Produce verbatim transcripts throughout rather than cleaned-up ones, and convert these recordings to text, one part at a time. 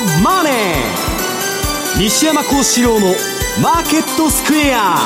マネー。西山孝四郎のマーケットスクエア。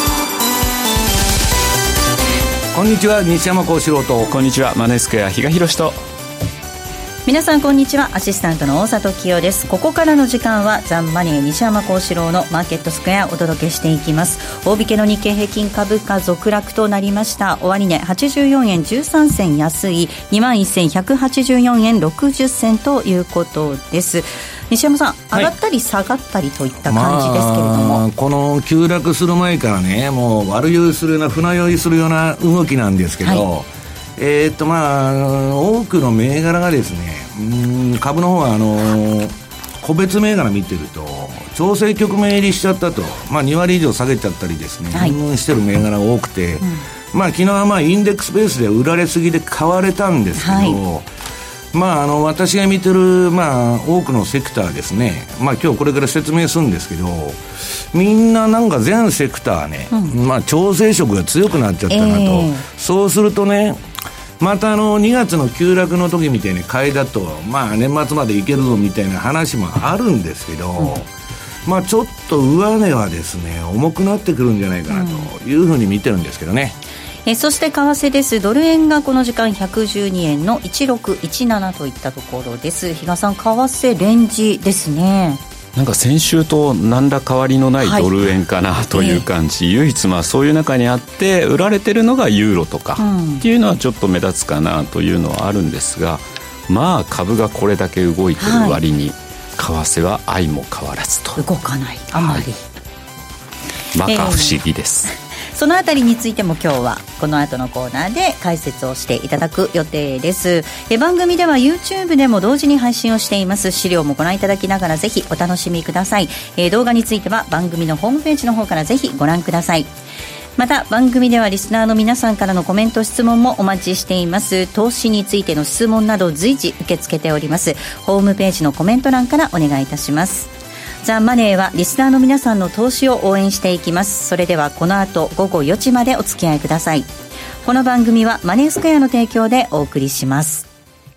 こんにちは、西山孝四郎と。 こんにちは、マネースクエア比嘉宏と。 皆さんこんにちは、アシスタントの大里清です。ここからの時間はザンマネー西山孝四郎のマーケットスクエアをお届けしていきます。大引けの日経平均株価続落となりました。終値はちじゅうよんえんじゅうさん銭安い にまんせんひゃくはちじゅうよんえんろくじゅっ銭ということです。西山さん、上がったり下がったりといった感じですけれども、 まあ、この急落する前からね、もう悪酔いするような船酔いするような動きなんですけど、はい、えーっとまあ多くの銘柄がですね、うーん株の方はあのー、個別銘柄見てると調整局面入りしちゃったと、まあ、に割以上下げちゃったりですね、はい、してる銘柄が多くて、うんまあ、昨日はまあインデックスベースで売られすぎで買われたんですけど、はいまあ、あの私が見てる、まあ、多くのセクターですね、まあ、今日これから説明するんですけど、みんななんか全セクターね、うんまあ、調整色が強くなっちゃったなと、えー、そうするとねまたあのにがつの急落の時みたいに買いだと、まあ、年末までいけるぞみたいな話もあるんですけど、うんまあ、ちょっと上値はですね重くなってくるんじゃないかなというふうに見てるんですけどね。 えそして為替です。ドル円がこの時間ひゃくじゅうにえんのいちろくいちななといったところです。比嘉さん、為替レンジですね。 なんか先週と何ら変わりのないドル円かなという感じ、はいえー、唯一まあそういう中にあって売られてるのがユーロとかっていうのはちょっと目立つかなというのはあるんですが、まあ株がこれだけ動いてる割に、はい、為替は相も変わらずと動かないあまり、 はい、まか不思議です、 えーそのあたりについても今日はこの後のコーナーで解説をしていただく予定です。え番組では YouTube でも同時に配信をしています。資料もご覧いただきながらぜひお楽しみください。え動画については番組のホームページの方からぜひご覧ください。また番組ではリスナーの皆さんからのコメント質問もお待ちしています。投資についての質問など随時受け付けております。ホームページのコメント欄からお願いいたします。ザ・マネーはリスナーの皆さんの投資を応援していきます。それではこの後午後よじまでお付き合いください。この番組はマネースクエアの提供でお送りします。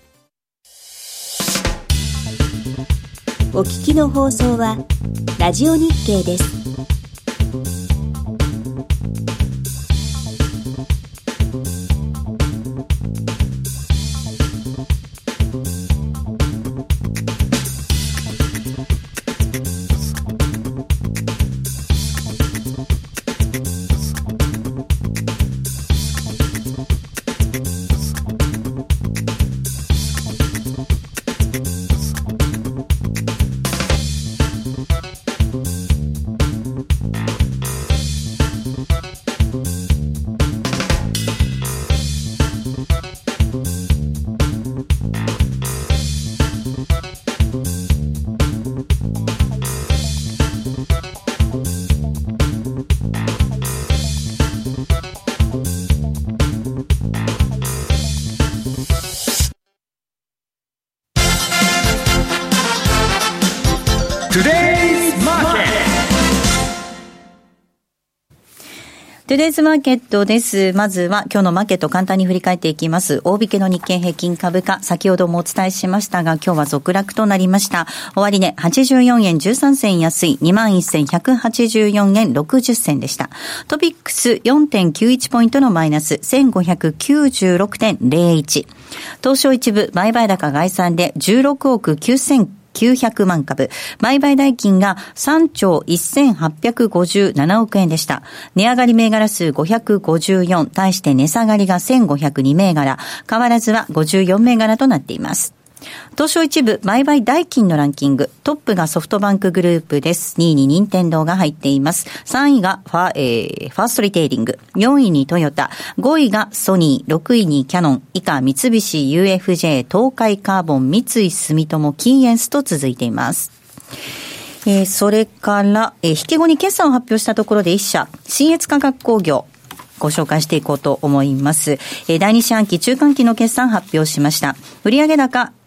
お聞きの放送はラジオ日経です。 トゥデイズマーケットです。まずは今日のマーケット簡単に振り返っていきます。大引けの日経平均株価、先ほどもお伝えしましたが今日は続落となりました。終値はちじゅうよんえんじゅうさん銭安い にまんせんひゃくはちじゅうよんえんろくじゅっ銭でした。トピックス よんてんきゅういち ポイントのマイナス せんごひゃくきゅうじゅうろくてんゼロいち。東証一部売買高概算でじゅうろくおくきゅうせんきゅうひゃくまん株、売買代金がさんちょうせんはっぴゃくごじゅうななおくえんでした。値上がり銘柄数ごひゃくごじゅうよん、対して値下がりがせんごひゃくに銘柄、変わらずはごじゅうよん銘柄となっています。東証一部売買代金のランキング、トップがソフトバンクグループです。にいに任天堂が入っています。さんいがファ、えー、ファーストリテイリング、よんいにトヨタ、ごいがソニー、ろくいにキャノン、以下三菱 ユーエフジェー、東海カーボン、三井住友、キーエンスと続いています。えー、それから、えー、引け後に決算を発表したところで一社、信越化学工業、ご紹介していこうと思います。えー、だいに四半期中間期の決算発表しました。売上高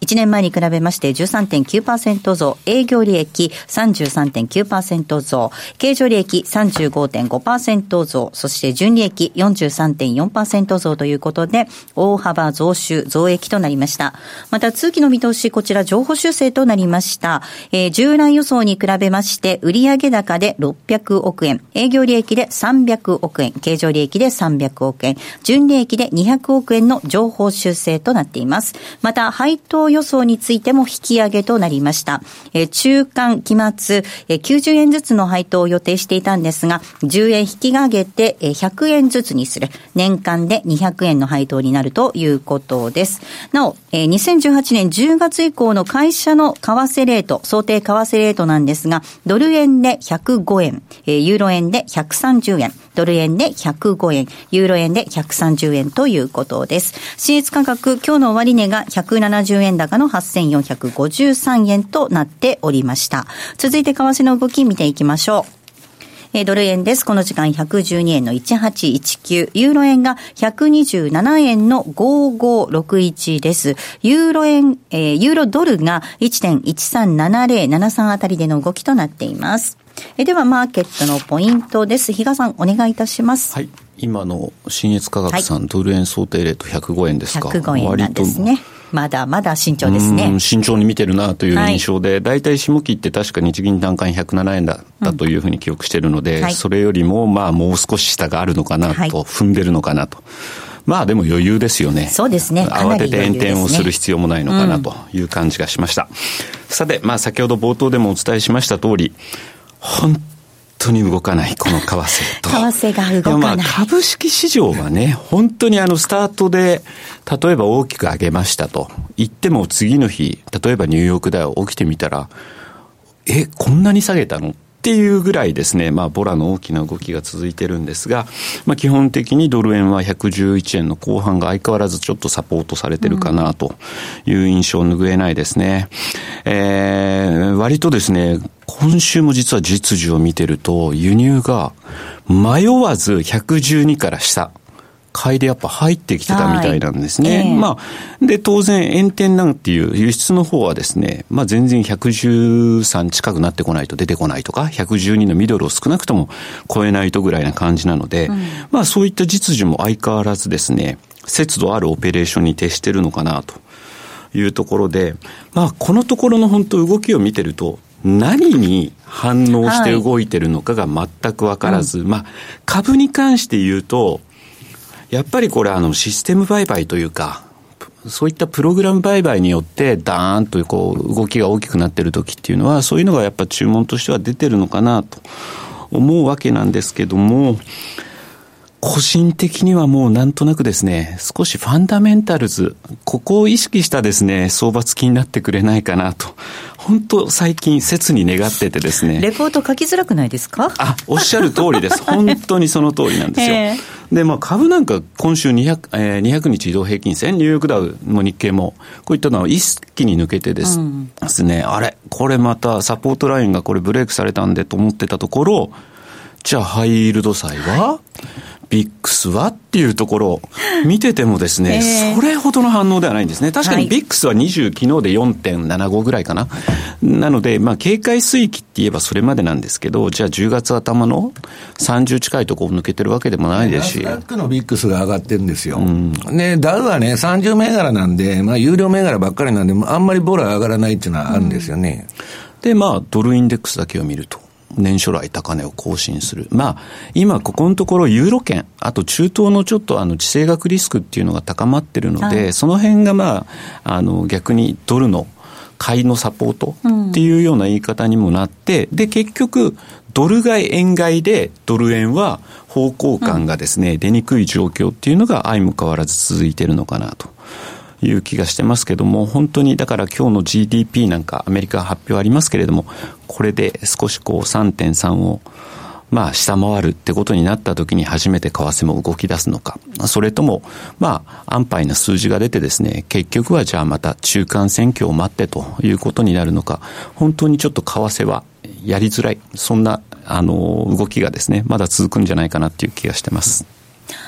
いちねんまえに比べまして じゅうさんてんきゅうパーセント 増、営業利益 さんじゅうさんてんきゅうパーセント 増、経常利益 さんじゅうごてんごパーセント 増、そして純利益 よんじゅうさんてんよんパーセント 増ということで、大幅増収増益となりました。また通期の見通し、こちら上方修正となりました。えー、従来予想に比べまして売上高でろっぴゃくおくえん、営業利益でさんびゃくおくえん、経常利益でさんびゃくおくえん、純利益でにひゃくおくえんの上方修正となっています。また配当予想についても引き上げとなりました。えー、中間期末、えー、きゅうじゅうえんずつの配当を予定していたんですが、じゅうえん引き上げて、えー、ひゃくえんずつにする、年間でにひゃくえんの配当になるということです。なお、えー、にせんじゅうはちねんじゅうがつ以降の会社の為替レート、想定為替レートなんですが、ドル円でひゃくごえん、えー、ユーロ円でひゃくさんじゅうえん、ドル円でひゃくごえん、ユーロ円でひゃくさんじゅうえんということです。新越価格、今日の終値がひゃくななじゅうえん高のはっせんよんひゃくごじゅうさんえんとなっておりました。続いて為替の動き見ていきましょう。えー、ドル円です。この時間ひゃくじゅうにえんのいちはちいちきゅう、ユーロ円がひゃくにじゅうななえんのごごろくいちです。ユーロ円、えー、ユーロドルが いちてんいちさんななゼロななさん あたりでの動きとなっています。えー、ではマーケットのポイントです。比嘉さんお願いいたします。 はい。今の新越価格さん、はい、ドル円想定レートひゃくごえんですか。 ひゃくごえんなんですね。まだまだ慎重ですね。 慎重に見てるなという印象で、だいたい下期って確か日銀短観ひゃくななえんだったというふうに記憶しているので、うんはい、それよりもまあもう少し下があるのかなと、はい、踏んでるのかなと。まあでも余裕ですよね。 そうですね。 慌てて延転をする必要もないのかなという感じがしました。うん、さて、まあ先ほど冒頭でもお伝えしました通り、本当に動かないこの為替と。 為替が動かない。 まあ株式市場はね、本当にあのスタートで例えば大きく上げましたと言っても次の日、例えばニューヨークダウ起きてみたら、え、こんなに下げたのっていうぐらいですね、まあボラの大きな動きが続いてるんですが、まあ基本的にドル円はひゃくじゅういちえんの後半が相変わらずちょっとサポートされてるかなという印象を拭えないですね。うん、えー、割とですね、今週も実は実需を見てると輸入が迷わずひゃくじゅうにから下。買いでやっぱ入ってきてたみたいなんですね。はいえー、まあ、で、当然、円転なんていう輸出の方はですね、まあ全然ひゃくじゅうさん近くなってこないと出てこないとか、ひゃくじゅうにのミドルを少なくとも超えないとぐらいな感じなので、うん、まあそういった実需も相変わらずですね、節度あるオペレーションに徹してるのかなというところで、まあこのところの本当動きを見てると、何に反応して動いてるのかが全く分からず、はいうん、まあ株に関して言うと、やっぱりこれあのシステム売買というか、そういったプログラム売買によってダーンとこう動きが大きくなっている時っていうのは、そういうのがやっぱ注文としては出てるのかなと思うわけなんですけども、個人的にはもうなんとなくですね、少しファンダメンタルズ、ここを意識したですね、相場付きになってくれないかなと、本当最近切に願っててですね。 レポート書きづらくないですか？ あ、おっしゃる通りです。本当にその通りなんですよ。えー、で、まあ株なんか今週にひゃく、えー、にひゃくにち移動平均線、ニューヨークダウも日経も、こういったのは一気に抜けてですね、うん、あれ、これまたサポートラインがこれブレイクされたんでと思ってたところ、じゃあハイイールド債は、ビックスはっていうところを見ててもですね、えー、それほどの反応ではないんですね。確かにビックスはにじゅう、昨日で よんてんななご ぐらいかな。なので、まあ、警戒水域って言えばそれまでなんですけど、じゃあじゅうがつ頭のさんじゅう近いところを抜けてるわけでもないですし。 ナスダックのビックスが上がってるんですよ。うん、で、ダウはね、さんじゅう銘柄なんで、まあ、有料銘柄ばっかりなんで、あんまりボラ上がらないっていうのはあるんですよね。 うん、で、まあ、ドルインデックスだけを見ると。年初来高値を更新する。まあ、今ここのところユーロ圏、あと中東のちょっとあの地政学リスクっていうのが高まってるので、はい、その辺がまあ、あの逆にドルの買いのサポートっていうような言い方にもなって、うん、で、結局、ドル買い円買いでドル円は方向感がですね、うん、出にくい状況っていうのが相も変わらず続いてるのかなと。いう気がしてますけども、本当にだから今日の ジーディーピー なんかアメリカ発表ありますけれども、これで少しこう さんてんさん をまあ下回るってことになった時に初めて為替も動き出すのか、それともまあ安牌な数字が出てですね、結局はじゃあまた中間選挙を待ってということになるのか、本当にちょっと為替はやりづらい、そんなあの動きがですねまだ続くんじゃないかなっていう気がしてます。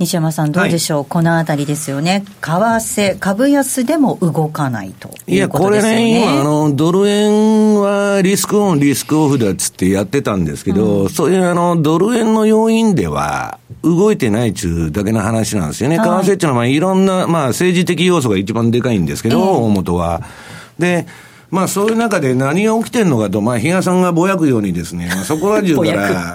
西山さんどうでしょう、はい、このあたりですよね。為替株安でも動かないということですよね。 いやこれね、今あのドル円はリスクオンリスクオフだっつってやってたんですけど、うん、そういうあのドル円の要因では動いてないっちゅうだけの話なんですよね。為替っていうのはまあいろんな、まあ、政治的要素が一番でかいんですけど、えー、大元はでまあそういう中で何が起きてんのかと、まあ比嘉さんがぼやくようにですね、まあ、そこら中から、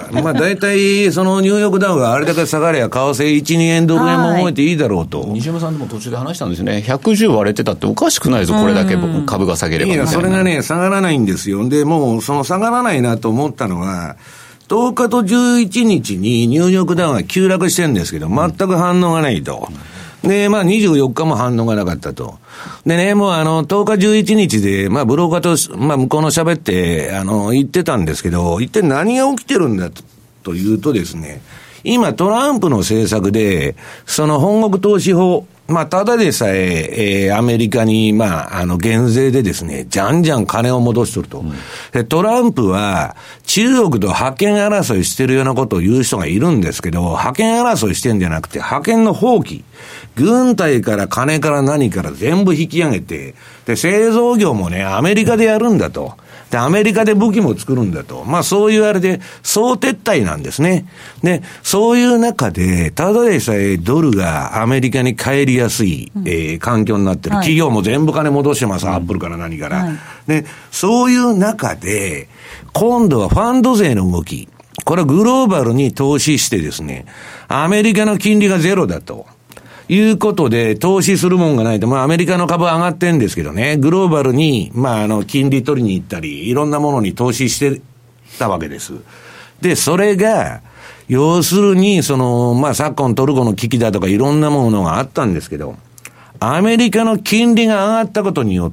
まあ大体そのニューヨークダウがあれだけ下がれば為替いち、にえんドル円も動いていいだろうと。 西山さんでも途中で話したんですね。ひゃくじゅう割れてたっておかしくないぞ、これだけ株が下げればみたいな。 いや、それがね、下がらないんですよ。で、もうその下がらないなと思ったのは、とおかとじゅういちにちにニューヨークダウが急落してるんですけど、全く反応がないと。で、まあにじゅうよっかも反応がなかったと。でね、もうあの、とおかじゅういちにちで、まあブローカーと、まあ向こうの喋って、あの、言ってたんですけど、一体何が起きてるんだと、というとですね、今トランプの政策で、その本国投資法、まあ、ただでさえ、えー、アメリカに、まあ、あの、減税でですね、じゃんじゃん金を戻しとると。うん、で、トランプは、中国と覇権争いしてるようなことを言う人がいるんですけど、覇権争いしてんじゃなくて、覇権の放棄。軍隊から金から何から全部引き上げて、で、製造業もね、アメリカでやるんだと。で、アメリカで武器も作るんだと。まあそういうあれで、総撤退なんですね。で、そういう中で、ただでさえドルがアメリカに帰りやすい、うん、えー、環境になってる、はい。企業も全部金戻してます、うん、アップルから何から、はい。で、そういう中で、今度はファンド税の動き。これはグローバルに投資してですね、アメリカの金利がゼロだと。いうことで、投資するもんがないと、まあアメリカの株上がってんですけどね、グローバルに、まああの、金利取りに行ったり、いろんなものに投資してたわけです。で、それが、要するに、その、まあ昨今トルコの危機だとかいろんなものがあったんですけど、アメリカの金利が上がったことによって、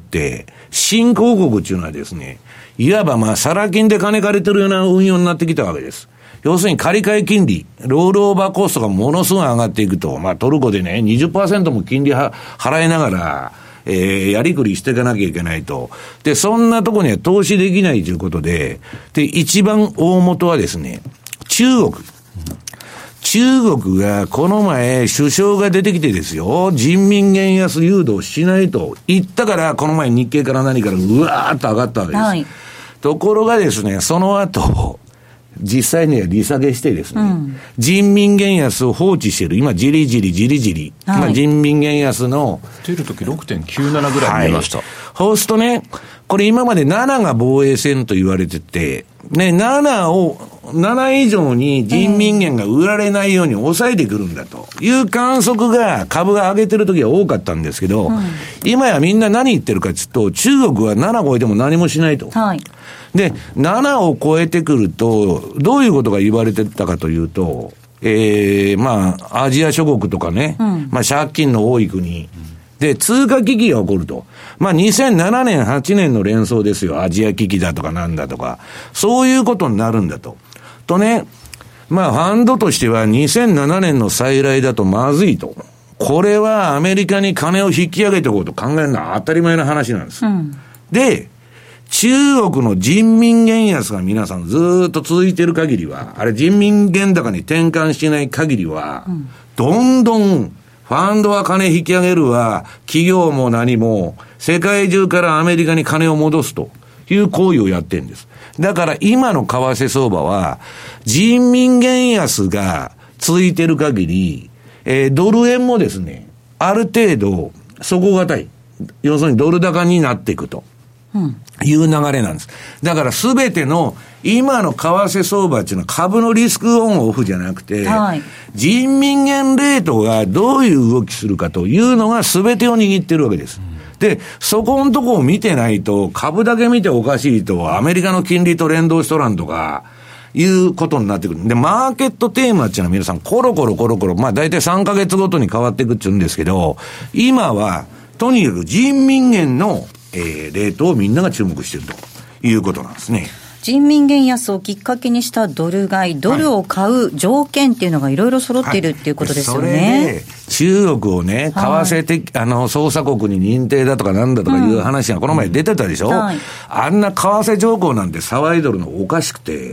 新興国っていうのはですね、いわばまあサラ金で金借りてるような運用になってきたわけです。要するに借り換え金利、ロールオーバーコストがものすごい上がっていくと、まあトルコでね、にじゅっパーセント も金利は払いながら、えー、やりくりしていかなきゃいけないと。で、そんなとこには投資できないということで、で、一番大元はですね、中国。中国がこの前首相が出てきてですよ、人民元安誘導しないと言ったから、この前日経から何からうわーっと上がったわけです。はい、ところがですね、その後、実際には利下げしてですね、うん、人民元安を放置している。今、じりじりじりじり。はい、まあ、人民元安の。 出るとき ろくてんきゅうなな ぐらい見えました。はい、 そうするとね、これ今までななが防衛線と言われてて、ね、ななを、なな以上に人民元が売られないように抑えてくるんだという観測が株が上げてるときは多かったんですけど、うん、今やみんな何言ってるかというと、中国はなな超えても何もしないと。はい、で、ななを超えてくると、どういうことが言われてたかというと、えー、まあ、アジア諸国とかね、うん、まあ、借金の多い国、で、通貨危機が起こると。まあ、にせんななねん、はちねんの連想ですよ。アジア危機だとかなんだとか。そういうことになるんだと。とね、まあ、ファンドとしてはにせんななねんの再来だとまずいと。これはアメリカに金を引き上げておこうと考えるのは当たり前の話なんです。うん、で、中国の人民元安が皆さんずーっと続いている限りは、あれ人民元高に転換しない限りは、うん、どんどんファンドは金引き上げるわ、企業も何も、世界中からアメリカに金を戻すという行為をやってるんです。だから今の為替相場は、人民元安が続いている限り、えー、ドル円もですね、ある程度底堅い。要するにドル高になっていくと。うん、いう流れなんです。だからすべての今の為替相場っていうのは株のリスクオンオフじゃなくて、はい、人民元レートがどういう動きするかというのがすべてを握ってるわけです。うん、で、そこのとこを見てないと、株だけ見ておかしいと、アメリカの金利と連動しとらんとか、いうことになってくる。で、マーケットテーマっていうのは皆さんコロコロコロコロ、まあ大体さんかげつごとに変わっていくって言うんですけど、今はとにかく人民元のえー、レートをみんなが注目しているということなんですね。 人民元安をきっかけにしたドル買い、ドルを買う条件っていうのがいろいろ揃っているっていうことですよね。はいはい、それで中国をね、為替的、はい、あの、捜査国に認定だとかなんだとかいう話がこの前出てたでしょ、うんはい、あんな為替条項なんて騒いどるのおかしくて、うん、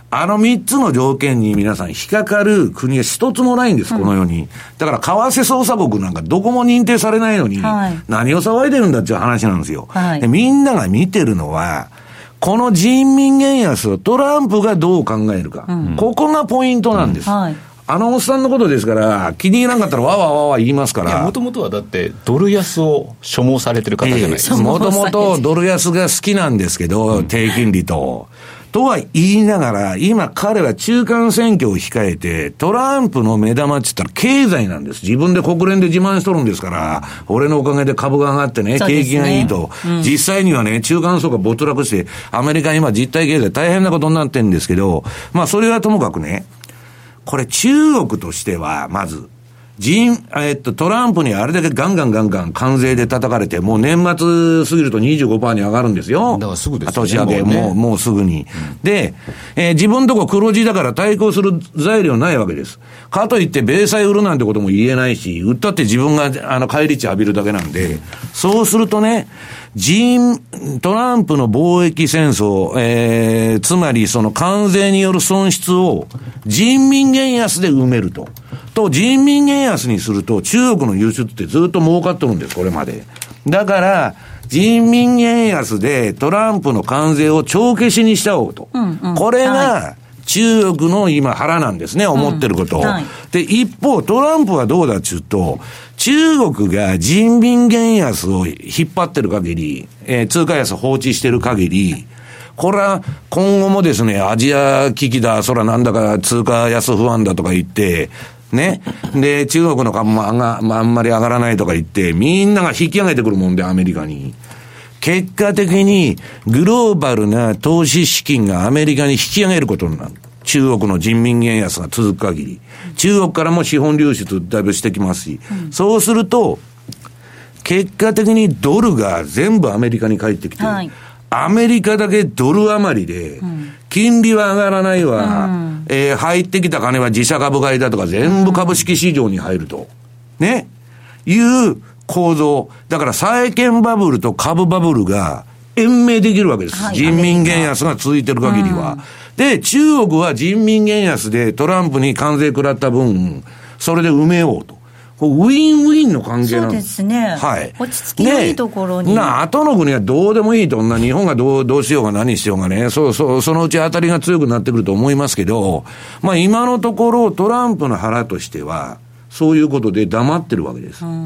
あのみっつの条件に皆さん引っかかる国は一つもないんです、この世に。うん、だから為替操作国なんかどこも認定されないのに、はい、何を騒いでるんだっていう話なんですよ、はい、で。みんなが見てるのは、この人民元安をトランプがどう考えるか。うん、ここがポイントなんです。うん、はい、あのおっさんのことですから、気に入らなかったらわわわわ言いますから。 もともとはだってドル安を所望されてる方じゃないですか。 もともとドル安が好きなんですけど、うん、低金利と。とは言いながら、今彼は中間選挙を控えて、トランプの目玉って言ったら経済なんです。自分で国連で自慢しとるんですから、俺のおかげで株が上がってね、景気がいいと、うん。実際にはね、中間層が没落して、アメリカ今実体経済大変なことになってるんですけど、まあそれはともかくね、これ中国としては、まず、人、えっと、トランプにあれだけガンガンガンガン関税で叩かれて、もう年末過ぎると にじゅうごパーセント に上がるんですよ。 だからすぐですよね。 年明け、もう、ね、もう、もうすぐに。うん、で、えー、自分のとこ黒字だから対抗する材料ないわけです。かといって米債売るなんてことも言えないし、売ったって自分が、あの、返り値浴びるだけなんで、そうするとね、人、トランプの貿易戦争、えー、つまりその関税による損失を人民元安で埋めると。と、人民元安にすると中国の輸出ってずっと儲かっとるんです、これまで。だから、人民元安でトランプの関税を帳消しにしちゃおうと。うんうん、これが中国の今腹なんですね、思ってること。うんはい、で、一方、トランプはどうだっていうと、中国が人民元安を引っ張ってる限り、えー、通貨安放置してる限り、これは今後もですね、アジア危機だ、そらなんだか通貨安不安だとか言って、ね。で、中国の株もあが、まあ、あんまり上がらないとか言って、みんなが引き上げてくるもんで、アメリカに。結果的に、グローバルな投資資金がアメリカに引き上げることになる。中国の人民元安が続く限り。中国からも資本流出だいぶしてきますし。うん、そうすると、結果的にドルが全部アメリカに帰ってきて、はい、アメリカだけドル余りで、金利は上がらないわ、うん、えー、入ってきた金は自社株買いだとか全部株式市場に入ると。ね。いう構造。だから債券バブルと株バブルが延命できるわけです。はい、人民元安が続いてる限りは。うん、で、中国は人民元安でトランプに関税食らった分、それで埋めようと。ウィンウィンの関係なんです。 そうですね。はい。落ち着きのいいところに。 な、後の国はどうでもいいと。な、日本がどう、どうしようが何しようがね。そうそう、そのうち当たりが強くなってくると思いますけど、まあ今のところトランプの腹としては、そういうことで黙ってるわけです。うん、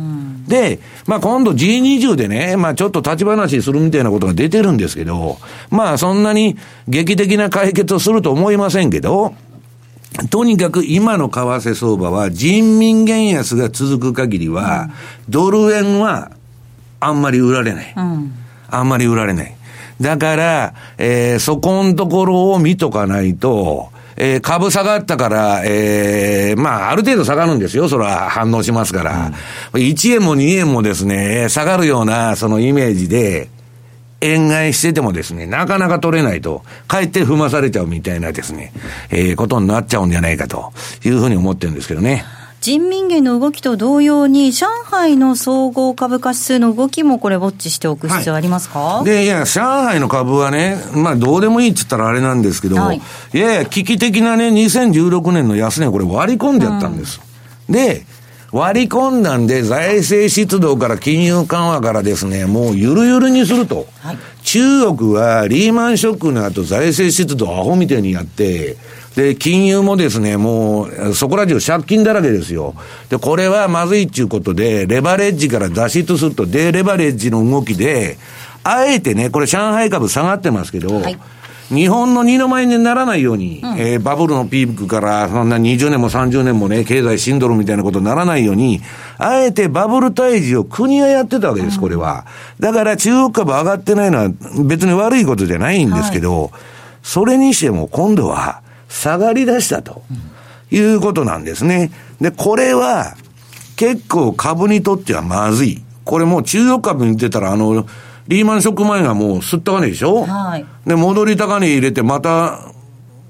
で、まあ今度 ジーにじゅう でね、まあちょっと立ち話するみたいなことが出てるんですけど、まあそんなに劇的な解決をすると思いませんけど、とにかく今の為替相場は人民元安が続く限りは、うん、ドル円はあんまり売られない、うん。あんまり売られない。だから、えー、そこのところを見とかないと、えー、株下がったから、えー、まあ、ある程度下がるんですよ。それは反応しますから。うん、いちえんもにえんもですね、下がるような、そのイメージで、円買いしててもですね、なかなか取れないと、かえって踏まされちゃうみたいなですね、えー、ことになっちゃうんじゃないかというふうに思ってるんですけどね。 人民元の動きと同様に、上海の総合株価指数の動きもこれウォッチしておく必要ありますか？ はい、で、いや、上海の株はね、まあどうでもいいって言ったらあれなんですけど、はい、いやいや、危機的なね、にせんじゅうろくねんの安値をこれ割り込んじゃったんです。うん、で、割り込んだんで、財政出動から金融緩和からですね、もうゆるゆるにすると。はい、中国はリーマンショックの後財政出動アホみたいにやって、で、金融もですね、もう、そこら中借金だらけですよ。で、これはまずいっていうことで、レバレッジから脱出すると、デレバレッジの動きで、あえてね、これ上海株下がってますけど、はい、日本の二の舞にならないように、うん、えー、バブルのピークからそんなにじゅうねんもさんじゅうねんもね、経済死んどるみたいなことにならないように、あえてバブル退治を国はやってたわけです、これは。だから中国株上がってないのは別に悪いことじゃないんですけど、はい、それにしても今度は下がり出したということなんですね。で、これは結構株にとってはまずい。これもう中国株に出たらあの、リーマンショック前がもうすった金でしょ、はい、で、戻り高値入れてまた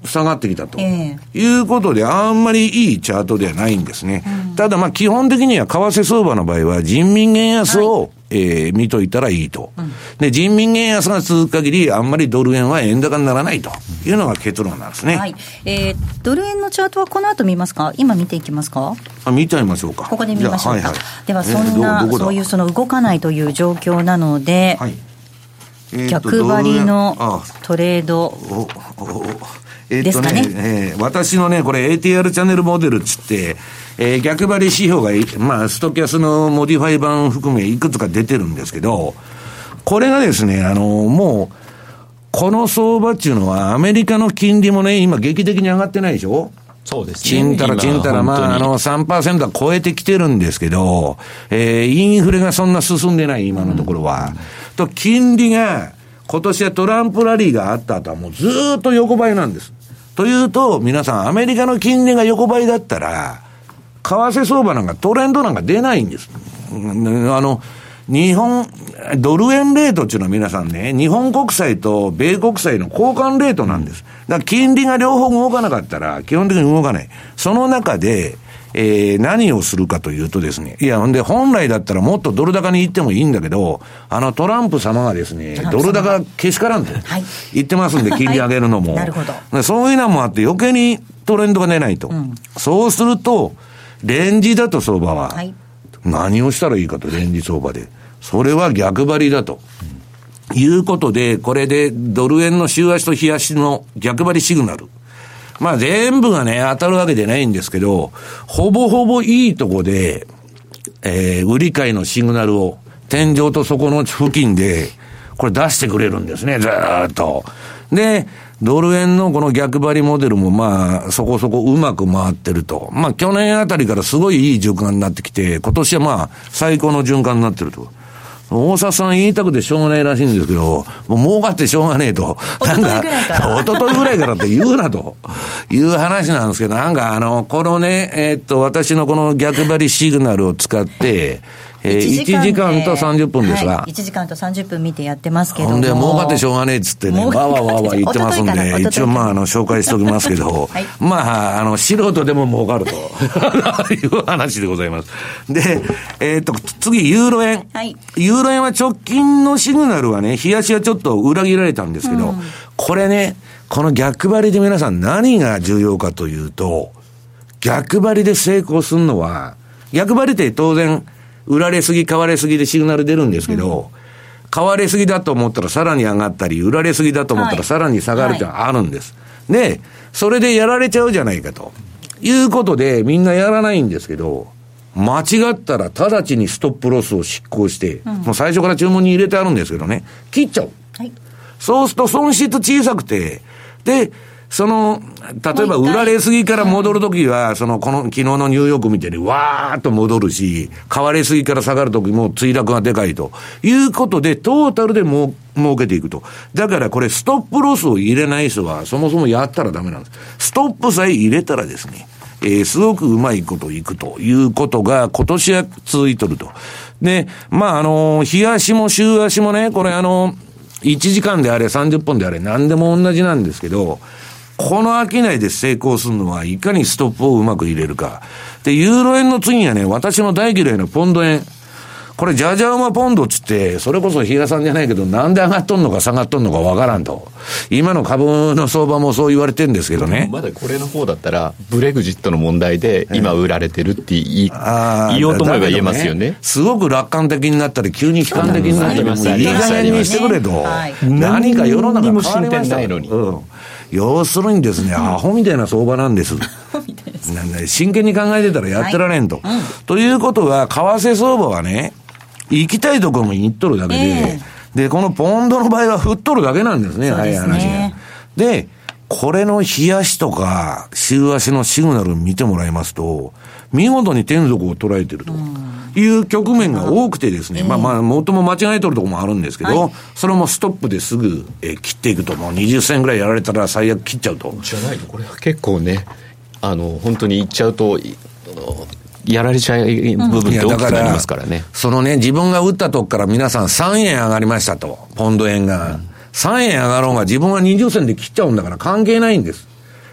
下がってきたと、えー、いうことであんまりいいチャートではないんですね、うん、ただまあ基本的には為替相場の場合は人民元安を、はいえー、見といたらいいと、うん、で人民元安が続く限りあんまりドル円は円高にならないというのが結論なんですね、 はいえー、ドル円のチャートはこの後見ますか？今見ていきますか？ あ見ちゃいましょうか。 ここで見ましょうか、はいはい、ではそんな、 えー、 そういうその動かないという状況なので、はいえー、逆張りのトレードですかね。 えー、私のねこれ エーティーアール チャンネルモデルっつって、えー、逆張り指標が、まあ、ストキャスのモディファイ版含めいくつか出てるんですけど、これがですねあのもうこの相場っていうのはアメリカの金利もね今劇的に上がってないでしょ。 そうですね。 ちんたらちんたら、まあ、あの、さんパーセント は超えてきてるんですけど、えー、インフレがそんな進んでない、今のところは。うん、と、金利が、今年はトランプラリーがあった後はもうずーっと横ばいなんです。というと、皆さん、アメリカの金利が横ばいだったら、為替相場なんかトレンドなんか出ないんです。あの、日本、ドル円レートっていうのは皆さんね、日本国債と米国債の交換レートなんです。だから金利が両方動かなかったら、基本的に動かない。その中で、えー、何をするかというとですね、いや、ほんで、本来だったらもっとドル高に行ってもいいんだけど、あのトランプ様がですね、ドル高けしからんと言ってますんで、金利上げるのも。はい、 なるほど。 そういうのもあって余計にトレンドが出ないと。うん、そうすると、レンジだと相場は、はい、何をしたらいいかと、レンジ相場で。それは逆張りだと。うん、いうことで、これでドル円の週足と日足の逆張りシグナル。まあ全部がね、当たるわけでないんですけど、ほぼほぼいいとこで、えー、売り買いのシグナルを天井と底の付近で、これ出してくれるんですね、ずーっと。で、ドル円のこの逆張りモデルもまあそこそこうまく回ってると。まあ去年あたりからすごいいい循環になってきて、今年はまあ最高の循環になってると。大沢さん言いたくてしょうがないらしいんですけど、もう儲かってしょうがねえと。なんか、おとといぐらいからって言うなという話なんですけど、なんかあの、このね、えー、っと、私のこの逆張りシグナルを使って、えー、いちじかんとさんじゅっぷんですが、はい、 いちじかんとさんじゅっぷん見てやってますけども、 ほんで儲かってしょうがねえっつってね、わわわわ言ってますんで、一応まああの紹介しておきますけど、はい、まああの素人でも儲かるという話でございます。で、えー、っと次ユーロ円、はい、ユーロ円は直近のシグナルはね、日足はちょっと裏切られたんですけど、うん、これね、この逆張りで皆さん何が重要かというと、逆張りで成功するのは、逆張りって当然売られすぎ買われすぎでシグナル出るんですけど、うん、買われすぎだと思ったらさらに上がったり、売られすぎだと思ったらさらに下がるってあるんです、はいはい、でそれでやられちゃうじゃないかということでみんなやらないんですけど、間違ったら直ちにストップロスを執行して、うん、もう最初から注文に入れてあるんですけどね、切っちゃう、はい、そうすると損失小さくて、でその、例えば売られすぎから戻るときは、その、この、昨日のニューヨークみたいにわーっと戻るし、買われすぎから下がるときも墜落がでかいということで、トータルでもう、儲けていくと。だからこれ、ストップロスを入れない人は、そもそもやったらダメなんです。ストップさえ入れたらですね、えー、すごくうまいこといくということが、今年は続いとると。で、まあ、あの、日足も週足もね、これあの、いちじかんであれ、さんじゅっぷんであれ、何でも同じなんですけど、この商いで成功するのは、いかにストップをうまく入れるか。で、ユーロ円の次はね、私の大嫌いなポンド円。これ、ジャジャウマポンドっつって、それこそ比嘉さんじゃないけど、なんで上がっとんのか下がっとんのかわからんと。今の株の相場もそう言われてるんですけどね。 まだこれの方だったら、ブレグジットの問題で、今売られてるって言い、言おうと思えば言えますよね。 すごく楽観的になったり、急に悲観的になったり、いい加減にしてくれと。はい、何か世の中変わりましたないのに。うん、要するにですね、アホみたいな相場なんです。なんで真剣に考えてたらやってられんと。はい、うん、ということは、為替相場はね、行きたいところも行っとるだけで、えー、で、このポンドの場合は振っとるだけなんですね、早い話が。で、これの日足とか週足のシグナルを見てもらいますと、見事に天底を捉えてるという局面が多くてですね、うん、まあまあ、もっとも間違えとるところもあるんですけど、はい、それもストップですぐ、えー、切っていくと、もうにじゅっせんぐらいやられたら最悪切っちゃうと。 じゃないと、これは結構ね、あの、本当にいっちゃうと、やられちゃう部分って大きくなりますからね。 そのね、自分が打ったとこから皆さんさんえん上がりましたと、ポンド円が。うん、さんえん上がろうが自分はにじゅっせんで切っちゃうんだから関係ないんです。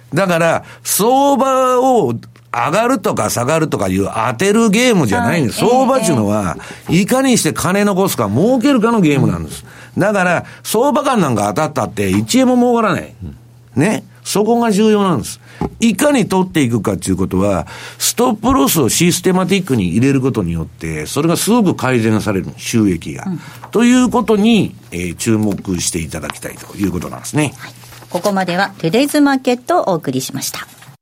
だから、相場を上がるとか下がるとかいう当てるゲームじゃないんです。相場っていうのは、いかにして金残すか儲けるかのゲームなんです。だから、相場感なんか当たったっていちえんも儲からない。ね。そこが重要なんです。いかに取っていくかっていうことは、ストップロスをシステマティックに入れることによって、それがすごく改善される、収益が。うん、ということに、えー、注目していただきたいということなんですね。はい、 ここまではトゥデイズマーケットをお送りしました。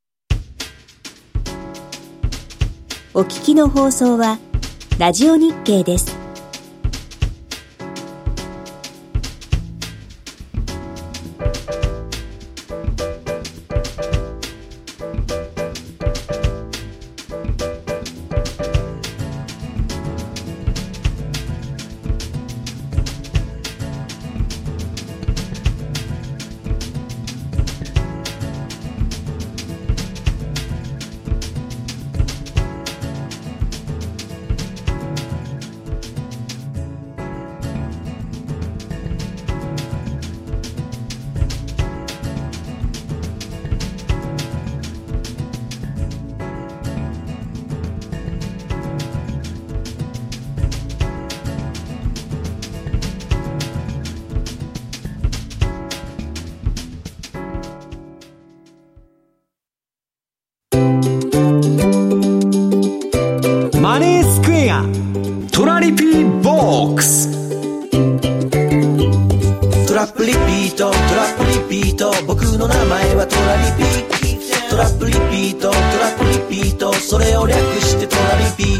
お聞きの放送はラジオ日経です。 マネースクエアトラリピーボックス。 トラップリピートトラップリピート、僕の名前はトラリピ。トラップリピートトラップリピート、それを略してトラリピ。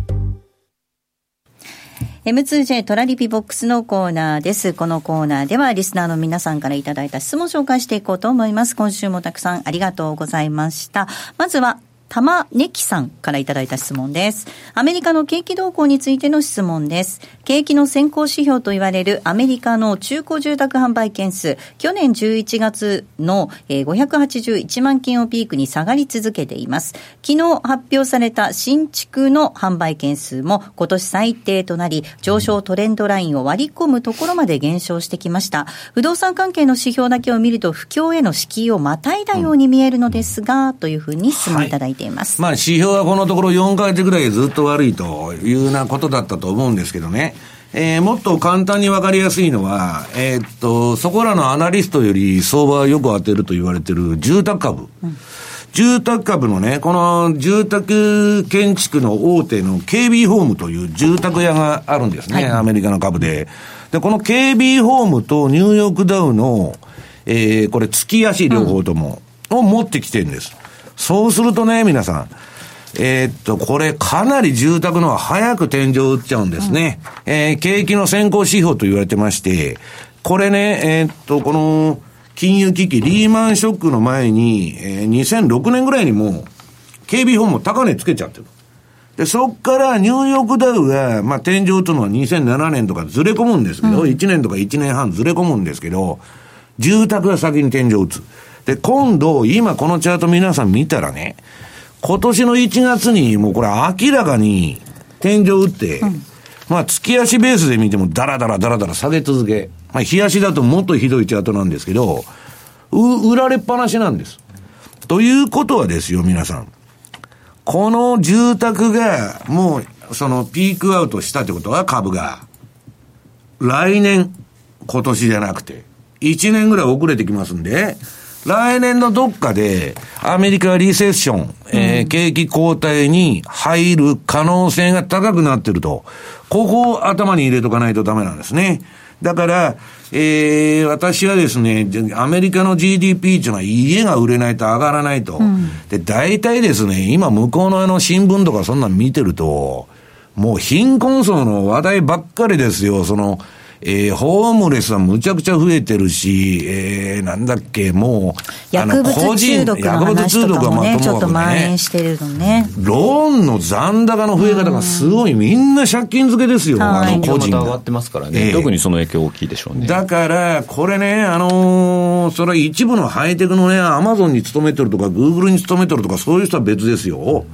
エムツージェー トラリピボックスのコーナーです。このコーナーではリスナーの皆さんからいただいた質問を紹介していこうと思います。今週もたくさんありがとうございました。まずは玉ねきさんからいただいた質問です。アメリカの景気動向についての質問です。景気の先行指標と言われるアメリカの中古住宅販売件数、去年じゅういちがつのごひゃくはちじゅういちまんけんをピークに下がり続けています。昨日発表された新築の販売件数も今年最低となり、上昇トレンドラインを割り込むところまで減少してきました。不動産関係の指標だけを見ると不況への敷居をまたいだように見えるのですが、うん、というふうに質問いただいています。 まあ、指標はこのところよんかげつぐらいずっと悪いというようなことだったと思うんですけどね、えー、もっと簡単に分かりやすいのは、えー、っとそこらのアナリストより相場をよく当てると言われている住宅株、うん、住宅株のね、この住宅建築の大手の ケービー ホームという住宅屋があるんですね、はい、アメリカの株で。でこの ケービー ホームとニューヨークダウの、えー、これ月足両方とも、うん、を持ってきてるんです。そうするとね、皆さん、えー、っと、これかなり住宅のは早く天井を打っちゃうんですね。うん、えー、景気の先行指標と言われてまして、これね、えー、っと、この金融危機、リーマンショックの前に、えー、にせんろくねんぐらいにも、ケービー ホーム高値つけちゃってる。で、そっからニューヨークダウが、まあ、天井打つのはにせんななねんとかずれ込むんですけど、うん、いちねんとかいちねんはんずれ込むんですけど、住宅が先に天井打つ。で、今度、今このチャート皆さん見たらね、今年のいちがつにもうこれ明らかに天井打って、うん、まあ月足ベースで見てもダラダラダラダラ下げ続け、まあ日足だともっとひどいチャートなんですけど、う、売られっぱなしなんです。ということはですよ、皆さん。この住宅がもうそのピークアウトしたってことは株が、来年、今年じゃなくて、いちねんぐらい遅れてきますんで、来年のどっかでアメリカリセッション、えー、景気後退に入る可能性が高くなってると、ここを頭に入れとかないとダメなんですね。だから、えー、私はですね、アメリカの ジーディーピー っていうのは家が売れないと上がらないと。うん、で、大体ですね、今向こうのあの新聞とかそんなの見てると、もう貧困層の話題ばっかりですよ。その、えー、ホームレスはむちゃくちゃ増えてるし、えー、なんだっけ、もう、 薬物中毒の話とかもね、ちょっと蔓延してるのね。 ローンの残高の増え方がすごい、みんな借金付けですよ、あの個人が。 上がってますからね、えー。特にその影響大きいでしょうね。 だから、これね、あのー、それは一部のハイテクのね、アマゾンに勤めてるとか、グーグルに勤めてるとか、そういう人は別ですよ。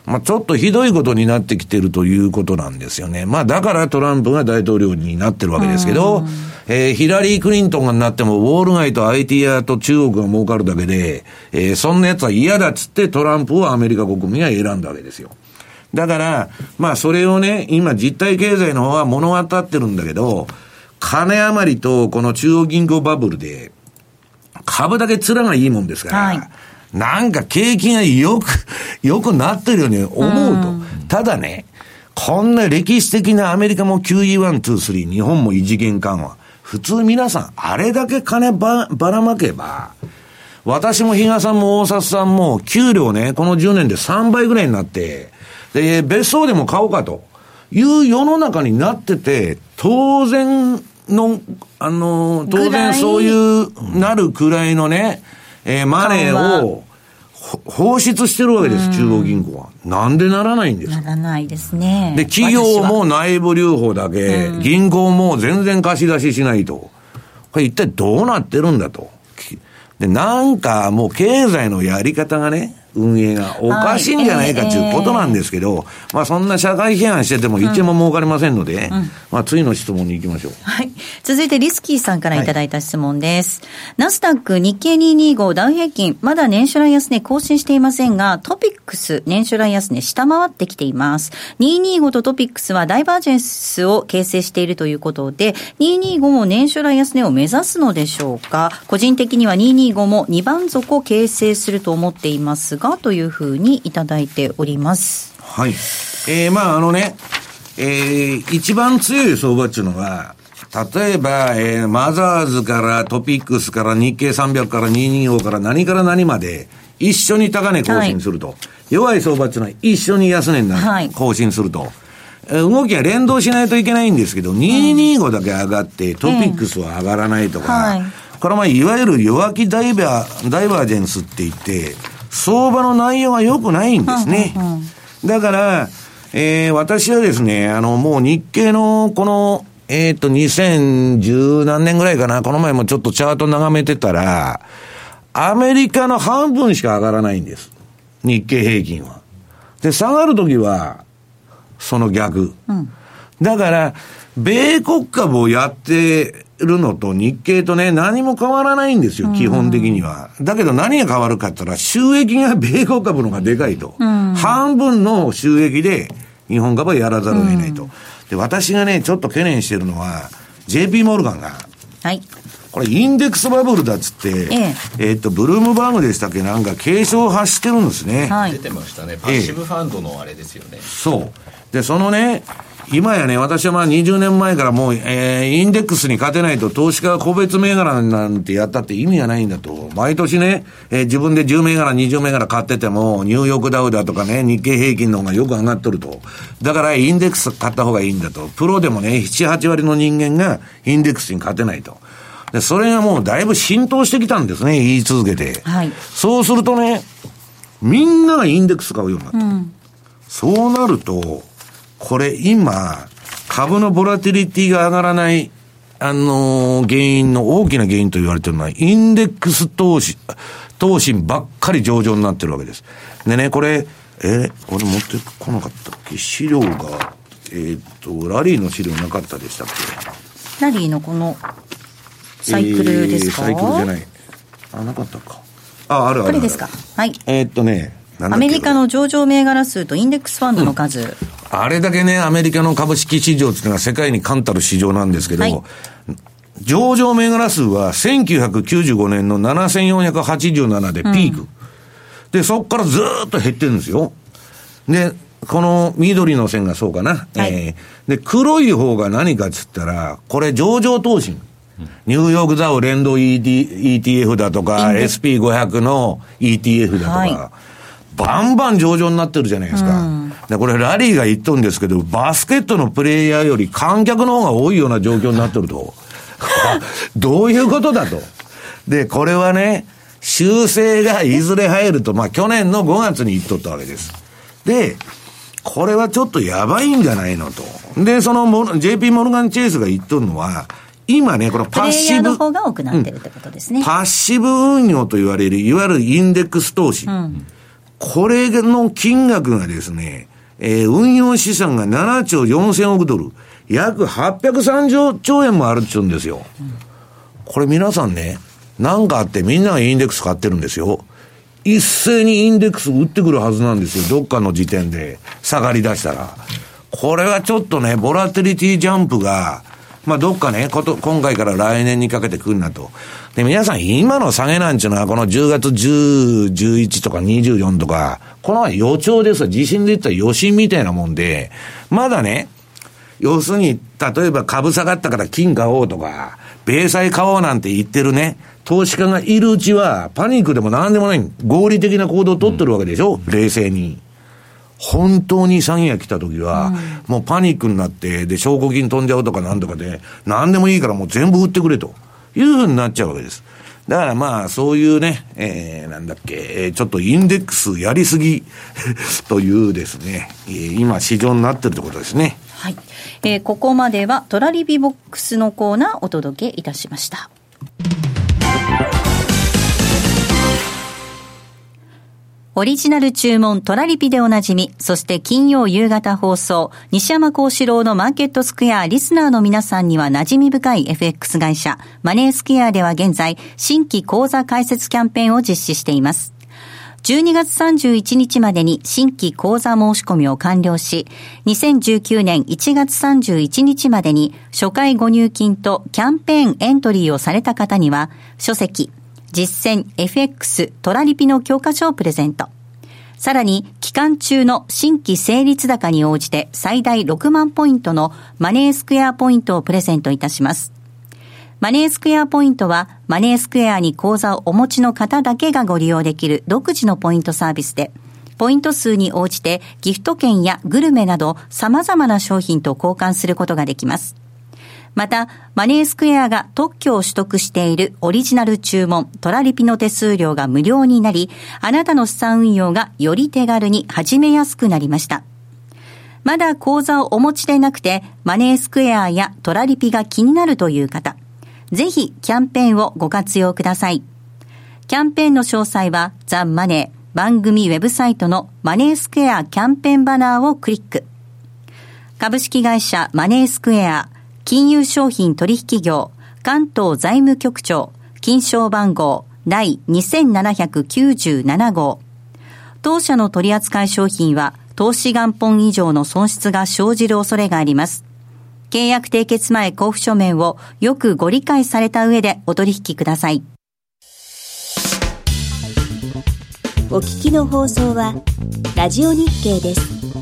まあ、ちょっとひどいことになってきてるということなんですよね。まあ、だからトランプが大統領になってるわけですけど、えー、ヒラリー・クリントンがなっても、ウォール街と アイティー 屋と中国が儲かるだけで、えー、そんな奴は嫌だっつってトランプをアメリカ国民が選んだわけですよ。だから、まあ、それをね、今実体経済の方は物語ってるんだけど、金余りとこの中央銀行バブルで、株だけ面がいいもんですから、はい、なんか景気がよく、よくなってるように思うと。うん、ただね、こんな歴史的なアメリカも キューイーワン、ツー、スリー、日本も異次元緩和。普通皆さん、あれだけ金ば、ばらまけば、私も比嘉さんも大札さんも、給料ね、このじゅうねんでさんばいぐらいになって、で、別荘でも買おうかという世の中になってて、当然の、あの、当然そういうなるくらいのね、えー、マネーを放出してるわけです、中央銀行は。なんでならないんですか？ ならないですね。 で、企業も内部留保だけ、銀行も全然貸し出ししないと。これ一体どうなってるんだと。で、なんかもう経済のやり方がね、運営がおかしいんじゃないかということなんですけど、はいえー、まあそんな社会批判してても一円も儲かりませんので、うん、まあ次の質問に行きましょう。 はい。続いてリスキーさんからいただいた質問です。はい、ナスダック、日経にひゃくにじゅうご、ダウ平均、まだ年初来安値更新していませんが、トピックス、年初来安値下回ってきています。にひゃくにじゅうごとトピックスはダイバージェンスを形成しているということで、にひゃくにじゅうごも年初来安値を目指すのでしょうか。個人的にはにひゃくにじゅうごもにばん底を形成すると思っていますが、というふうにいただいております。 はい。えー、まああのね、えー、一番強い相場っていうのは、例えば、えー、マザーズからトピックスから日経さんびゃくからにひゃくにじゅうごから何から何まで一緒に高値更新すると。はい、弱い相場っていうのは一緒に安値になる、はい、更新すると。動きが連動しないといけないんですけど、にひゃくにじゅうごだけ上がってトピックスは上がらないとか、はい、これはまあいわゆる弱気ダイバー、ダイバージェンスって言って、相場の内容が良くないんですね。うんうんうん、だから、えー、私はですね、あの、もう日経のこの、えっと、にせんじゅう何年ぐらいかな、この前もちょっとチャート眺めてたら、アメリカの半分しか上がらないんです。日経平均は。で、下がるときは、その逆。うん、だから、米国株をやってるのと日経とね、何も変わらないんですよ、基本的には。だけど何が変わるかって言ったら、収益が米国株の方がでかいと。うん、半分の収益で日本株はやらざるを得ないと。うん、で、私がね、ちょっと懸念してるのは、ジェイピー モルガンが、はい。これ、インデックスバブルだっつって、えええー、っと、ブルームバーグでしたっけ、なんか警鐘を発してるんですね。 はい。出てましたね。パッシブファンドのあれですよね。ええ、 そう。で、そのね、今やね、私はまあにじゅうねんまえからもう、えー、インデックスに勝てないと投資家が個別銘柄なんてやったって意味がないんだと。毎年ね、えー、自分でじゅう銘柄、にじゅう銘柄買ってても、ニューヨークダウだとかね、日経平均の方がよく上がっとると。だからインデックス買った方がいいんだと。プロでもね、なな、はち割の人間がインデックスに勝てないと。で、それがもうだいぶ浸透してきたんですね、言い続けて。はい。そうするとね、みんながインデックス買うようになった。うん、そうなると、これ今、株のボラティリティが上がらない、あのー、原因の大きな原因と言われているのは、インデックス投資、投資ばっかり上場になってるわけです。でね、これ、え、これ持ってこなかったっけ？資料が、えー、っと、ラリーの資料なかったでしたっけ？ラリーのこの、サイクルですか？ えー、サイクルじゃない。あ、なかったか。あ、あるあるある。 これですか？はい。 えー、っとね、 アメリカの上場銘柄数とインデックスファンドの数、うん、 あれだけね、アメリカの株式市場っていうのは世界に冠たる市場なんですけど、はい、上場銘柄数はせんきゅうひゃくきゅうじゅうごねんのななせんよんひゃくはちじゅうななでピーク、うん、でそこからずーっと減ってるんですよ。でこの緑の線がそうかな、はい、えー、で黒い方が何かっつったら、これ上場投資、ニューヨークダウ連動 イーティー、イーティーエフ だとか エスピーごひゃく の イーティーエフ だとか、はい、バンバン上場になってるじゃないですか。うん、でこれラリーが言っとるんですけど、バスケットのプレイヤーより観客の方が多いような状況になってると。どういうことだと。で、これはね、修正がいずれ入ると、まあ去年のごがつに言っとったわけです。で、これはちょっとやばいんじゃないのと。で、その ジェイピー モルガンチェイスが言っとるのは、今ね、このパッシブ。プレイヤーの方が多くなってるってことですね。 うん、パッシブ運用と言われる、いわゆるインデックス投資。うん、 これの金額がですね、えー、運用資産がななちょうよんせんおくドル、約はっぴゃくさんじゅっちょうえんもあるって言うんですよ。うん、これ皆さんね、なんかあってみんながインデックス買ってるんですよ。一斉にインデックス売ってくるはずなんですよ。どっかの時点で下がり出したら。これはちょっとね、ボラティリティジャンプが、まあ、どっかね、こと、今回から来年にかけて来るなと。で、皆さん、今の下げなんちゅうのは、このじゅうがつじゅう、じゅういちとかにじゅうよんとか、この予兆ですよ。地震で言ったら余震みたいなもんで、まだね、要するに、例えば株下がったから金買おうとか、米債買おうなんて言ってるね、投資家がいるうちは、パニックでもなんでもない、合理的な行動を取ってるわけでしょ、うん、冷静に。本当に詐欺が来た時は、うん、もうパニックになって、で、証拠金飛んじゃうとかなんとかで、なんでもいいからもう全部売ってくれというふうになっちゃうわけです。だからまあ、そういうね、えー、なんだっけ、えー、ちょっとインデックスやりすぎというですね、えー、今市場になってるってことですね。 はい。えー、ここまではトラリピボックスのコーナーお届けいたしました。オリジナル注文トラリピでおなじみ、そして金曜夕方放送、西山幸四郎のマーケットスクエアリスナーの皆さんには馴染み深い エフエックス 会社、マネースクエアでは現在、新規口座開設キャンペーンを実施しています。じゅうにがつさんじゅういちにちまでに新規口座申し込みを完了し、にせんじゅうきゅうねんいちがつさんじゅういちにちまでに初回ご入金とキャンペーンエントリーをされた方には、書籍、実践 エフエックス トラリピの教科書をプレゼント。さらに、期間中の新規成立高に応じて最大ろくまんポイントのマネースクエアポイントをプレゼントいたします。マネースクエアポイントは、マネースクエアに口座をお持ちの方だけがご利用できる独自のポイントサービスで、ポイント数に応じてギフト券やグルメなど様々な商品と交換することができます。また、マネースクエアが特許を取得しているオリジナル注文、トラリピの手数料が無料になり、あなたの資産運用がより手軽に始めやすくなりました。まだ口座をお持ちでなくて、マネースクエアやトラリピが気になるという方、ぜひキャンペーンをご活用ください。キャンペーンの詳細は、ザ・マネー番組ウェブサイトのマネースクエアキャンペーンバナーをクリック。株式会社マネースクエア金融商品取引業関東財務局長金賞番号第にせんななひゃくきゅうじゅうななごう。当社の取扱い商品は投資元本以上の損失が生じる恐れがあります。契約締結前交付書面をよくご理解された上でお取引ください。 お聞きの放送はラジオ日経です。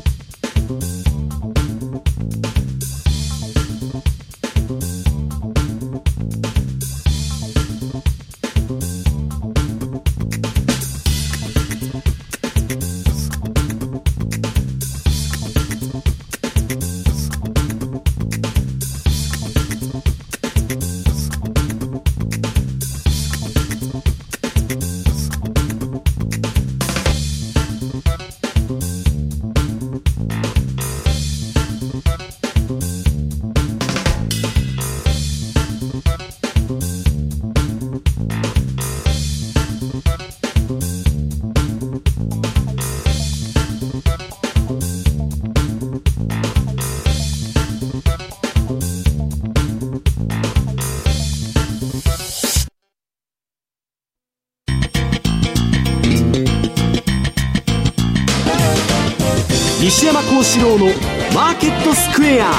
西山幸四郎のマーケットスクエア。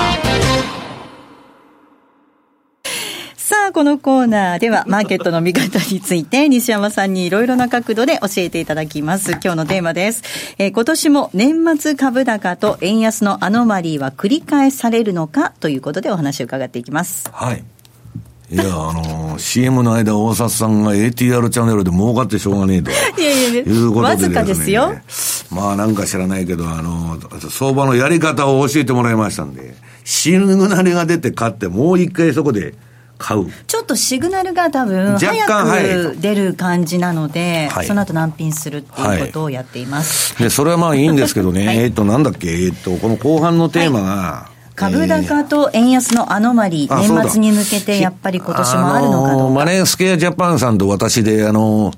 さあ、このコーナーではマーケットの見方について西山さんにいろいろな角度で教えていただきます。今日のテーマです。えー、今年も年末株高と円安のアノマリーは繰り返されるのかということでお話を伺っていきます。 はい。いや、あのー、シーエム の間、大札さんが エーティーアール チャンネルで儲かってしょうがねえと。いやいやいや、いうことでですね。わずかですよ。まあなんか知らないけど、あのー、相場のやり方を教えてもらいましたんで、シグナルが出て買って、もう一回そこで買う。 ちょっとシグナルが多分、早く出る感じなので、はい、その後難品するっていうことをやっています。 はい、で、それはまあいいんですけどね、はい、えっと、なんだっけ、えっと、この後半のテーマが、はい、 株高と円安のアノマリー、えー、年末に向けてやっぱり今年もあるのかどうか。 あのー、マネースクエアジャパンさんと私で、あのー、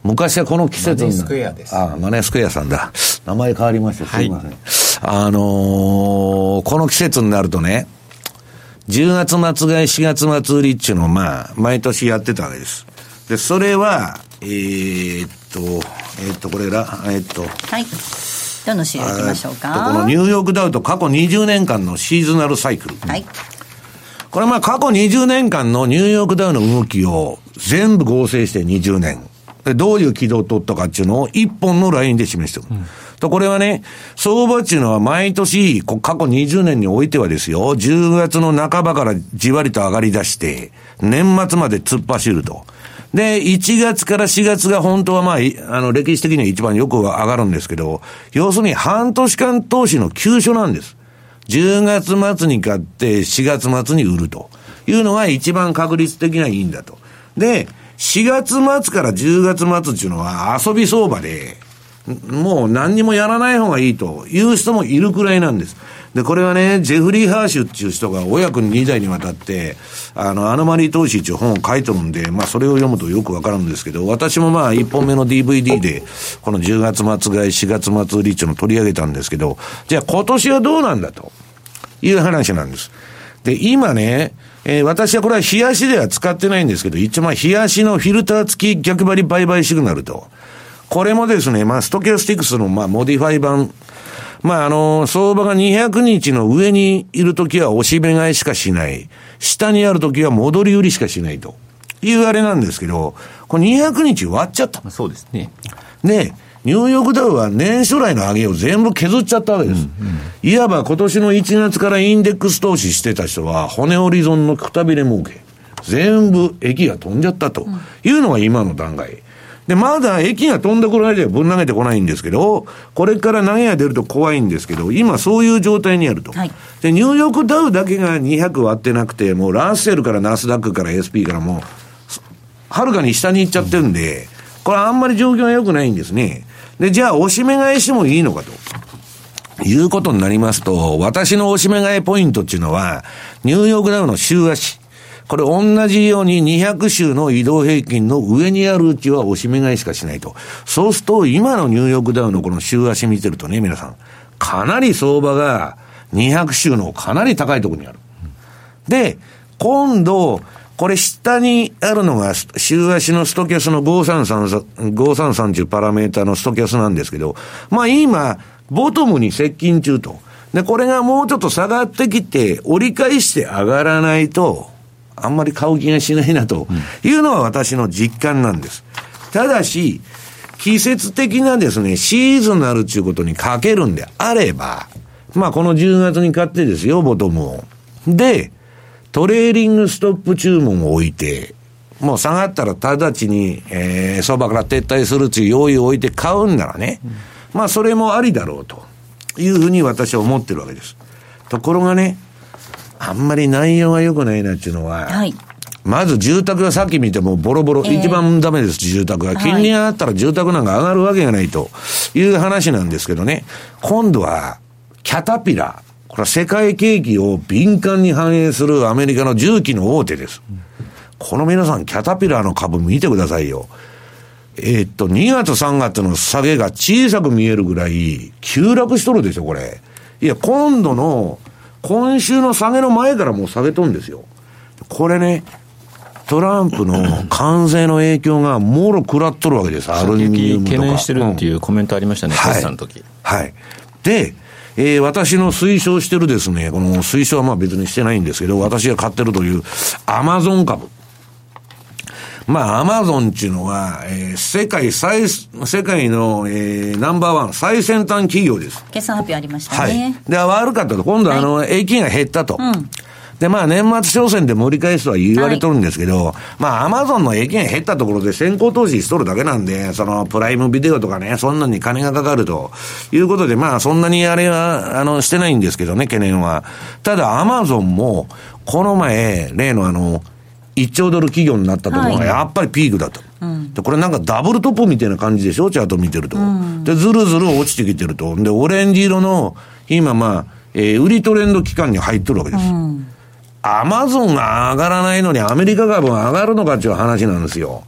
昔はこの季節に。 マネースクエアです。 あ、マネースクエアさんだ。名前変わりました。すいません。はい、あのー、この季節になるとね、じゅうがつ末買いしがつ末売りっていうのをまあ、毎年やってたわけです。で、それは、えー、っと、えー、っと、これら、えー、っと。 はい。どの資料いきましょうか。 このニューヨークダウと過去にじゅうねんかんのシーズナルサイクル。 はい。 これまあ過去にじゅうねんかんのニューヨークダウの動きを全部合成してにじゅうねん。でどういう軌道を取ったかっていうのを一本のラインで示してる。うん、と、これはね、相場っていうのは毎年、過去にじゅうねんにおいてはですよ、じゅうがつの半ばからじわりと上がり出して、年末まで突っ走ると。で、いちがつからしがつが本当はまあ、あの、歴史的には一番よく上がるんですけど、要するに半年間投資の急所なんです。じゅうがつ末に買ってしがつ末に売るというのが一番確率的にはいいんだと。で、しがつ末からじゅうがつ末っていうのは遊び相場で、もう何にもやらない方がいいという人もいるくらいなんです。で、これはね、ジェフリー・ハーシュっていう人が親子ににだいにわたって、あの、アノマリー投資っていう本を書いてるんで、まあそれを読むとよくわかるんですけど、私もまあいっぽんめの ディーブイディー で、このじゅうがつ末買い、しがつ末売りっていうのを取り上げたんですけど、じゃあ今年はどうなんだという話なんです。で、今ね、えー、私はこれは冷やしでは使ってないんですけど、一応まあ冷やしのフィルター付き逆張り売買シグナルと、これもですね、まあストキャスティクスのまあモディファイ版、まああの、相場がにひゃくにちの上にいるときは押し目買いしかしない。下にあるときは戻り売りしかしないというあれなんですけど、これにひゃくにち割っちゃった。 そうですね。 で、ニューヨークダウは年初来の上げを全部削っちゃったわけです。うんうん、いわば今年のいちがつからインデックス投資してた人は骨折り損のくたびれ儲け。全部益が飛んじゃったというのが今の段階。で、まだ益が飛んだくらいではぶん投げてこないんですけど、これから投げが出ると怖いんですけど、今そういう状態にあると。はい、で、ニューヨークダウだけがにひゃく割ってなくて、もうラッセルからナスダックから エスピー からもう、はるかに下に行っちゃってるんで、これあんまり状況が良くないんですね。で、じゃあ、押し目買いしてもいいのかということになりますと、私の押し目買いポイントっていうのは、ニューヨークダウの週足。これ同じようににひゃく週の移動平均の上にあるうちは押し目買いしかしないと。そうすると、今のニューヨークダウのこの週足見てるとね、皆さん、かなり相場がにひゃく週のかなり高いところにある。で、今度、これ下にあるのが週足のストキャスのごさんさん、ごさんさんというパラメータのストキャスなんですけど、まあ今、ボトムに接近中と。で、これがもうちょっと下がってきて、折り返して上がらないと、あんまり買う気がしないなというのは私の実感なんです。ただし、季節的なですね、シーズナルということにかけるんであれば、まあこのじゅうがつに買ってですよ、ボトムを。で、トレーリングストップ注文を置いて、もう下がったら直ちに、えー、相場から撤退するという用意を置いて買うんならね、うん、まあそれもありだろうというふうに私は思ってるわけです。ところがね、あんまり内容が良くないなっていうのは、はい、まず住宅がさっき見てもボロボロ、えー、一番ダメです、住宅が。金利があったら住宅なんか上がるわけがないという話なんですけどね、今度はキャタピラー。これは世界景気を敏感に反映するアメリカの重機の大手です。うん、この皆さん、キャタピラーの株見てくださいよ。えー、っと、にがつさんがつの下げが小さく見えるぐらい急落しとるでしょ、これ。いや、今度の、今週の下げの前からもう下げとるんですよ。これね、トランプの関税の影響がもろ食らっとるわけです。アルミニウムとか。 懸念してるっていうコメントありましたね、決算の時。 はい。はい。で、えー、私の推奨してるですね、この推奨はまあ別にしてないんですけど、私が買ってるというアマゾン株。まあアマゾンっていうのは、えー、世界最、世界の、えー、ナンバーワン、最先端企業です。 決算発表ありましたね。 はい。で、悪かったと。今度あの、はい、益が減ったと。うん。で、まあ年末商戦で盛り返すとは言われとるんですけど、はい、まあアマゾンの益が減ったところで先行投資しとるだけなんで、そのプライムビデオとかね、そんなに金がかかるということで、まあそんなにあれは、あの、してないんですけどね、懸念は。ただアマゾンも、この前、例のあの、いっちょうドル企業になったところがやっぱりピークだと。はい、でこれなんかダブルトップみたいな感じでしょ、チャート見てると。うん、で、ずるずる落ちてきてると。で、オレンジ色の、今まあ、えー、売りトレンド期間に入っとるわけです。うん、アマゾンが上がらないのにアメリカ株が上がるのかっていう話なんですよ。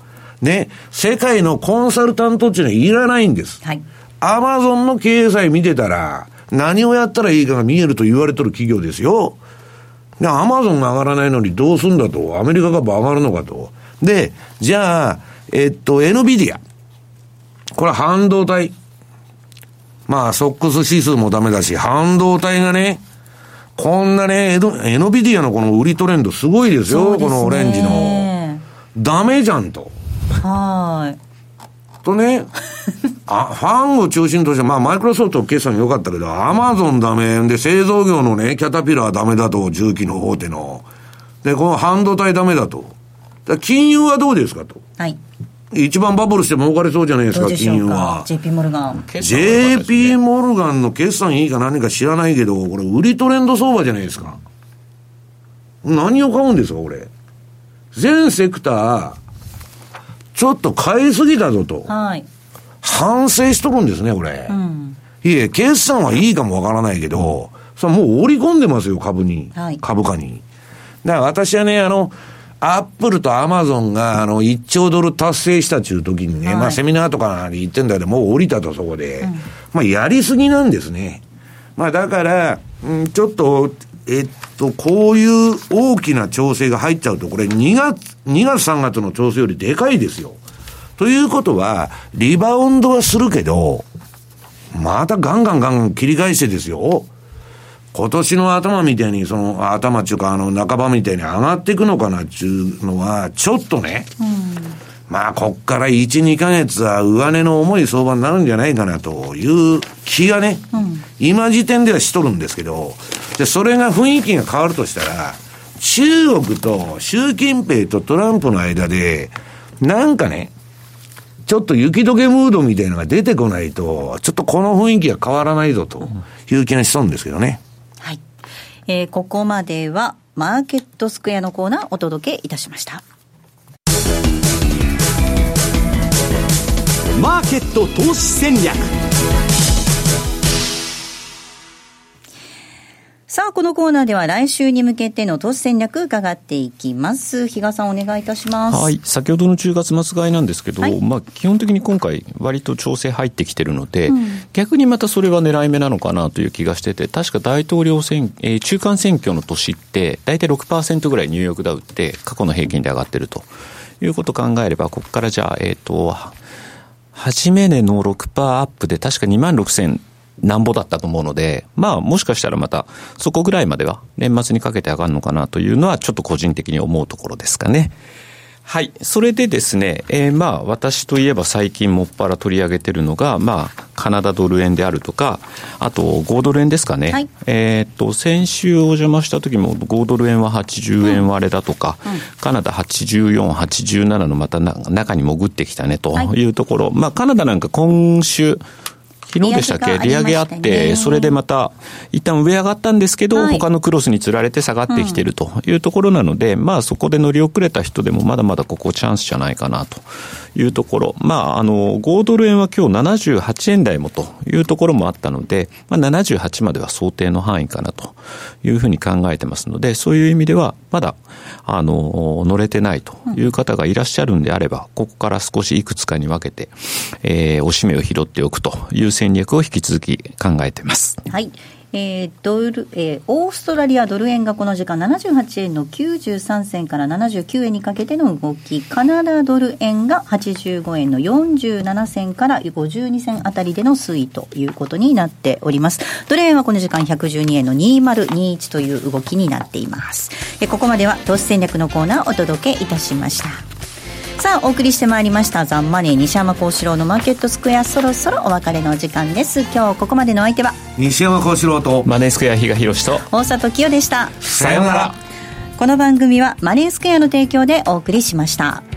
ね、世界のコンサルタントっていうのはいらないんです。はい。アマゾンの経済見てたら、何をやったらいいかが見えると言われてる企業ですよ。で、アマゾンが上がらないのにどうすんだと、アメリカ株上がるのかと。で、じゃあ、えっと、エヌビディア。これは半導体。まあ、ソックス指数もダメだし、半導体がね、こんなね、エノ、エノビディアのこの売りトレンドすごいですよ、このオレンジの。ダメじゃんと。はい。とね、あ、ファンを中心として、まあ、マイクロソフト決算良かったけど、アマゾンダメで、製造業のね、キャタピラーダメだと、重機の大手の。で、この半導体ダメだと。だ金融はどうですかと。はい。一番バブルして儲かりそうじゃないですか、金融は。 ジェーピー モルガン。 ジェーピー モルガンの決算いいか何か知らないけど、これ売りトレンド相場じゃないですか。何を買うんですか、これ。全セクター、ちょっと買いすぎたぞと。はい。反省しとるんですね、これ。うん。いえ、決算はいいかもわからないけど、それもう織り込んでますよ、株に。はい。株価に。だから私はね、あの、アップルとアマゾンが、あの、いっちょうドル達成したっていう時にね、はい、まあ、セミナーとかで言ってんだけど、もう降りたと、そこで。うん、まあ、やりすぎなんですね。まあ、だから、うん、ちょっと、えっと、こういう大きな調整が入っちゃうと、これにがつ、にがつさんがつの調整よりでかいですよ。ということは、リバウンドはするけど、またガンガンガンガン切り返してですよ。今年の頭みたいに、その、頭っていうか、あの、半ばみたいに上がっていくのかなっていうのは、ちょっとね、うん、まあ、こっからいち、にかげつは上値の重い相場になるんじゃないかなという気がね、うん、今時点ではしとるんですけど、で、それが雰囲気が変わるとしたら、中国と習近平とトランプの間で、なんかね、ちょっと雪解けムードみたいなのが出てこないと、ちょっとこの雰囲気が変わらないぞという気がしそうですけどね。 はい。えー、ここまではマーケットスクエアのコーナーお届けいたしました。 マーケット投資戦略。 さあ、このコーナーでは来週に向けての投資戦略伺っていきます。比嘉さんお願いいたします。 はい。先ほどの中月末買いなんですけど、はい、まあ基本的に今回割と調整入ってきてるので、うん、逆にまたそれは狙い目なのかなという気がしてて、確か大統領選、えー、中間選挙の年って大体 ろくパーセント ぐらいニューヨークダウって過去の平均で上がってるということを考えれば、ここからじゃあ、えっと、初め値の ろくパーセント アップで確かにまんろくせんなんぼだったと思うので、まあもしかしたらまたそこぐらいまでは年末にかけて上がるのかなというのはちょっと個人的に思うところですかね。はい。それでですね、えー、まあ私といえば最近もっぱら取り上げてるのが、まあカナダドル円であるとか、あとごドル円ですかね。はい、えー、っと、先週お邪魔した時もごドル円ははちじゅうえん割れだとか、うんうん、カナダはちじゅうよん、はちじゅうななのまたな中に潜ってきたねというところ。はい、まあカナダなんか今週、昨日でしたっけ、利上げあって、それでまた一旦上上がったんですけど、はい、他のクロスにつられて下がってきているというところなので、うん、まあそこで乗り遅れた人でもまだまだここチャンスじゃないかなというところ。まああのごドル円は今日ななじゅうはちえん台もというところもあったので、まあ、ななじゅうはちまでは想定の範囲かなというふうに考えてますので、そういう意味ではまだあの乗れてないという方がいらっしゃるんであれば、ここから少しいくつかに分けて、えー、おしめを拾っておくという戦略を引き続き考えています。 はい。えードルえー、オーストラリアドル円がこの時間ななじゅうはちえんのきゅうじゅうさんせんからななじゅうきゅうえんにかけての動き、カナダドル円がはちじゅうごえんのよんじゅうななせんからごじゅうにせんあたりでの推移ということになっております。ドル円はこの時間ひゃくじゅうにえんのにせんにじゅういちという動きになっています。えここまでは投資戦略のコーナーをお届けいたしました。さあお送りしてまいりましたザンマネー西山幸四郎のマーケットスクエア、そろそろお別れの時間です。今日ここまでの相手は西山幸四郎とマネースクエア比嘉宏と大里清でした。 さようなら。 この番組はマネースクエアの提供でお送りしました。